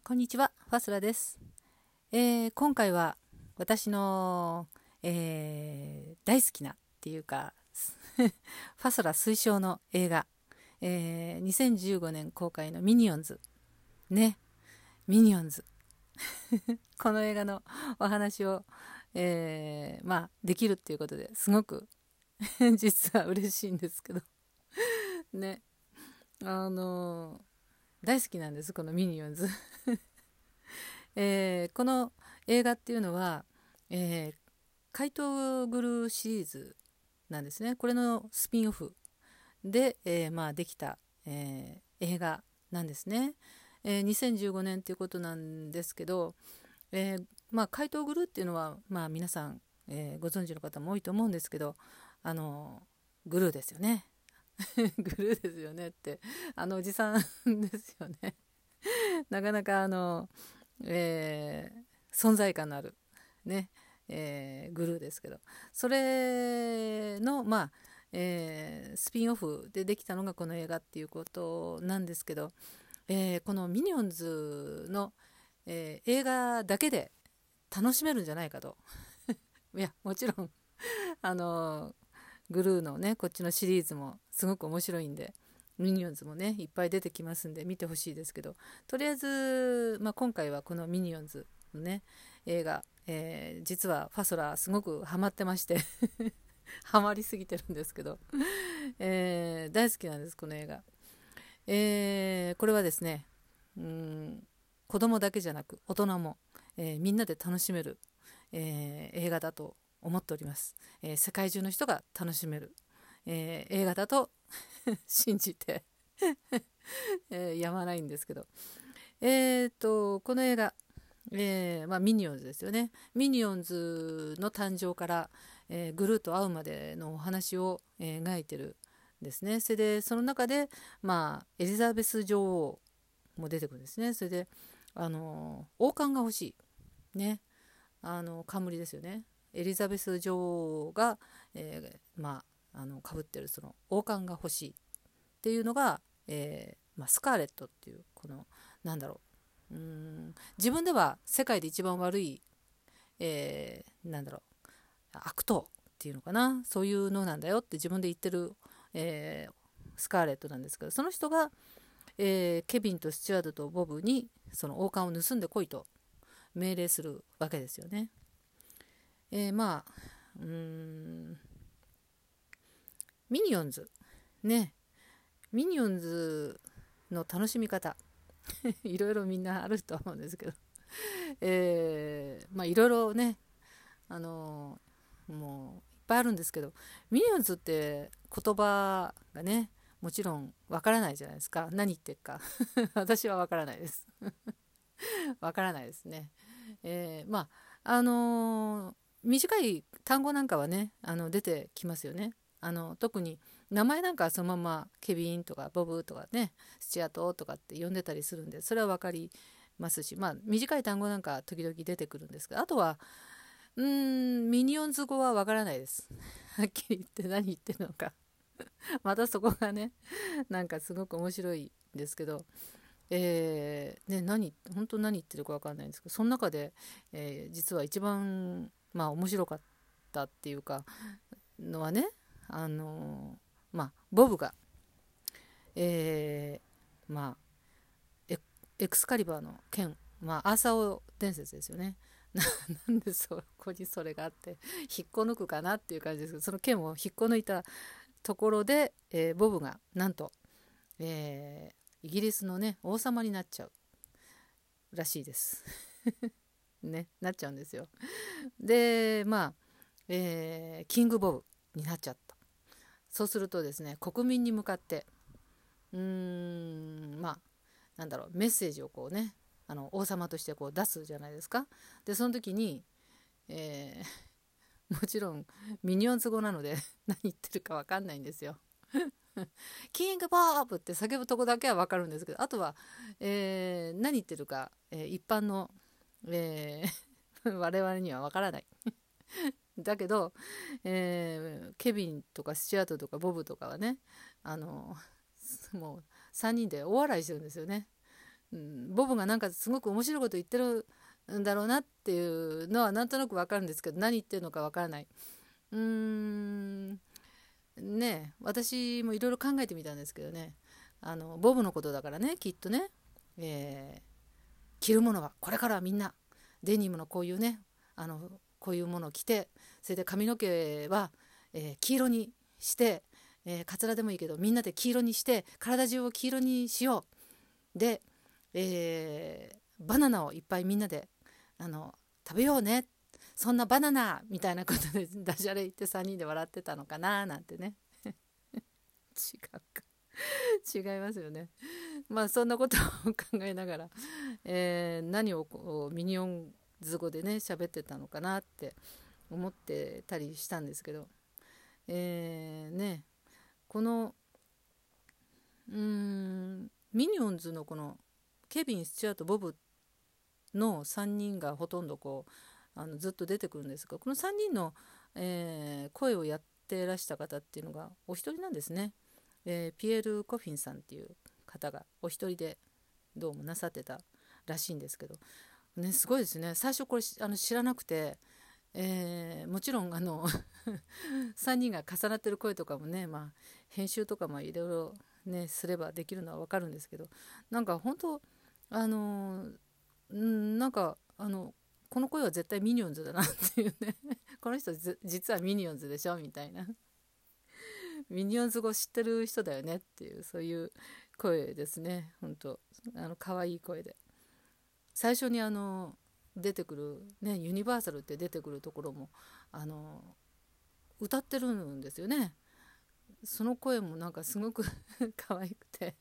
こんにちは、ファスラです。今回は私の、大好きなっていうかファスラ推奨の映画、2015年公開のミニオンズね、ミニオンズこの映画のお話を、できるっていうことですごく実は嬉しいんですけどね、大好きなんです、このミニオンズこの映画っていうのは、怪盗グルーシリーズなんですね。これのスピンオフで、できた、映画なんですね。2015年っていうことなんですけど、怪盗グルーっていうのは、皆さん、ご存知の方も多いと思うんですけど、グルーですよね。グルーですよねっておじさんですよね。なかなか存在感のあるね、グルーですけど、それのスピンオフでできたのがこの映画っていうことなんですけど、このミニオンズの、映画だけで楽しめるんじゃないかといやもちろんあのグルーのねこっちのシリーズもすごく面白いんで、ミニオンズもねいっぱい出てきますんで見てほしいですけど、とりあえず、今回はこのミニオンズのね映画、実はファソラすごくハマってましてハマりすぎてるんですけど、大好きなんですこの映画。これはですね、子供だけじゃなく大人も、みんなで楽しめる、映画だと思っております。世界中の人が楽しめる、映画だと信じてやまないんですけど、この映画、ミニオンズですよね。ミニオンズの誕生から、グルーと会うまでのお話を、描いてるんですね。それでその中で、エリザベス女王も出てくるんですね。それで王冠が欲しいね、冠ですよね。エリザベス女王が、かぶってるその王冠が欲しいっていうのが、スカーレットっていうこのなんだろう、自分では世界で一番悪い、悪党っていうのかな、そういうのなんだよって自分で言ってる、スカーレットなんですけど、その人が、ケビンとスチュワードとボブにその王冠を盗んでこいと命令するわけですよね。ミニオンズね、ミニオンズの楽しみ方いろいろみんなあると思うんですけど、いろいろね、もういっぱいあるんですけど、ミニオンズって言葉がねもちろんわからないじゃないですか、何言ってるか私はわからないですわからないですね。えーまああのー短い単語なんかはね出てきますよね。特に名前なんかはそのままケビンとかボブとかねスチュアートとかって呼んでたりするんで、それは分かりますし、短い単語なんか時々出てくるんですが、あとはミニオンズ語は分からないですはっきり言って何言ってるのかまたそこがねなんかすごく面白いんですけど、本当何言ってるか分かんないんですけど、その中で、実は一番面白かったっていうかのはね、ボブが、えーまあ、エクスカリバーの剣、アーサー王伝説ですよねなんでそこにそれがあって引っこ抜くかなっていう感じですけど、その剣を引っこ抜いたところで、ボブがなんと、イギリスのね王様になっちゃうらしいですね、なっちゃうんですよ。でキングボブになっちゃった。そうするとですね、国民に向かってメッセージをこうね王様としてこう出すじゃないですか。でその時に、もちろんミニオンズ語なので何言ってるか分かんないんですよキングボーブって叫ぶとこだけは分かるんですけど、あとは、何言ってるか、一般の、我々には分からないだけど、ケビンとかスチュアートとかボブとかはねもう3人で大笑いしてるんですよね。 ボブがなんかすごく面白いこと言ってるんだろうなっていうのはなんとなくわかるんですけど、何言ってるのかわからない。ね、私もいろいろ考えてみたんですけどね、ボブのことだからね、きっとね、着るものはこれからはみんなデニムのこういうね、こういうものを着て、それで髪の毛は、黄色にして、カツラでもいいけどみんなで黄色にして体中を黄色にしよう。で、バナナをいっぱいみんなで食べようね、そんなバナナみたいなことでダジャレ言って3人で笑ってたのかななんてね。違うか。違いますよね。まあそんなことを考えながら、何をこうミニオンズ語でね喋ってたのかなって思ってたりしたんですけど、ね、このミニオンズのこのケビン・スチュアート・ボブの3人がほとんどこうずっと出てくるんですが、この3人の、声をやってらした方っていうのがお一人なんですね。ピエール・コフィンさんっていう方がお一人でどうもなさってたらしいんですけど、ね、すごいですね。最初これ知らなくて、もちろん3人が重なってる声とかもね、まあ、編集とかもいろいろねすればできるのは分かるんですけど、なんか本当なんかこの声は絶対ミニオンズだなっていうねこの人実はミニオンズでしょみたいなミニオンズ語知ってる人だよねっていう、そういう声ですね。本当可愛い声で、最初に出てくるね、ユニバーサルって出てくるところも歌ってるんですよね。その声もなんかすごく可愛くて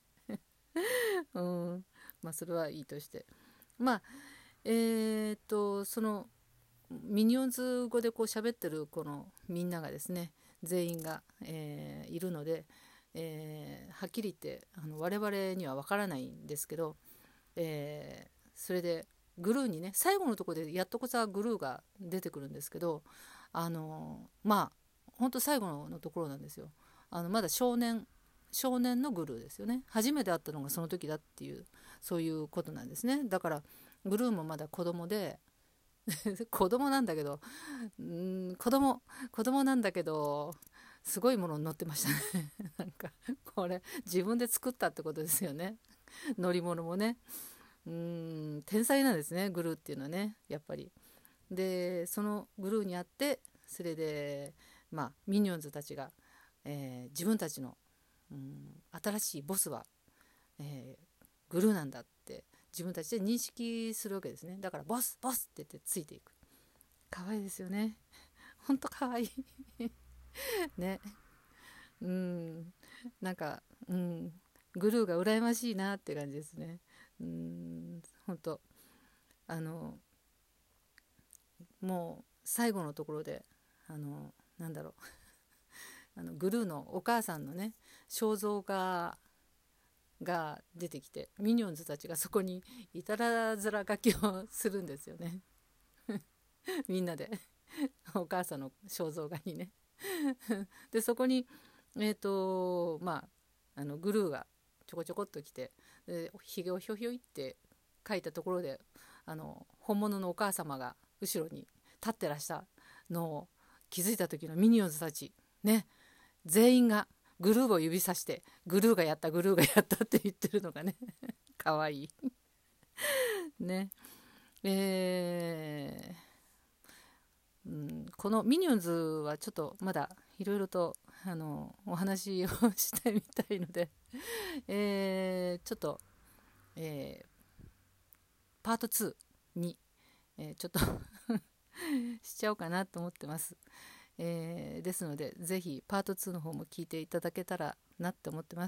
まあそれはいいとして、まあそのミニオンズ語でこう喋ってるこのみんながですね、全員が、いるので、はっきり言って我々には分からないんですけど、それでグルーにね、最後のところでやっとこさグルーが出てくるんですけど、まあほんと最後のところなんですよ。まだ少年のグルーですよね。初めて会ったのがその時だっていう、そういうことなんですね。だからグルーもまだ子供で子供なんだけど、子供なんだけどすごいものに乗ってましたねなんかこれ自分で作ったってことですよね。乗り物もね、天才なんですね、グルーっていうのはね、やっぱり。でそのグルーにあって、それでまあミニオンズたちが、自分たちの、新しいボスは、グルーなんだって自分たちで認識するわけですね。だからボスボスって言ってついていく。可愛いですよね。ほんと可愛いね。なんか、グルーが羨ましいなって感じですね。ほんともう最後のところでなんだろうグルーのお母さんのね肖像画が出てきて、ミニオンズたちがそこにいたらずら書きをするんですよねみんなでお母さんの肖像画にねでそこにまあグルーがちょこちょこっと来て、ひげをひょひょいって書いたところで本物のお母様が後ろに立ってらしたのを気づいた時のミニオンズたちね、全員がグルーを指さしてグルーがやったグルーがやったって言ってるのがねかわいいね。このミニオンズはちょっとまだいろいろとお話をしてみたいのでちょっと、パート2に、ちょっとしちゃおうかなと思ってます。ですのでぜひパート2の方も聞いていただけたらなって思ってます。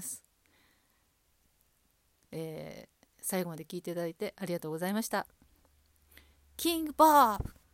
最後まで聞いていただいてありがとうございました。キングボブ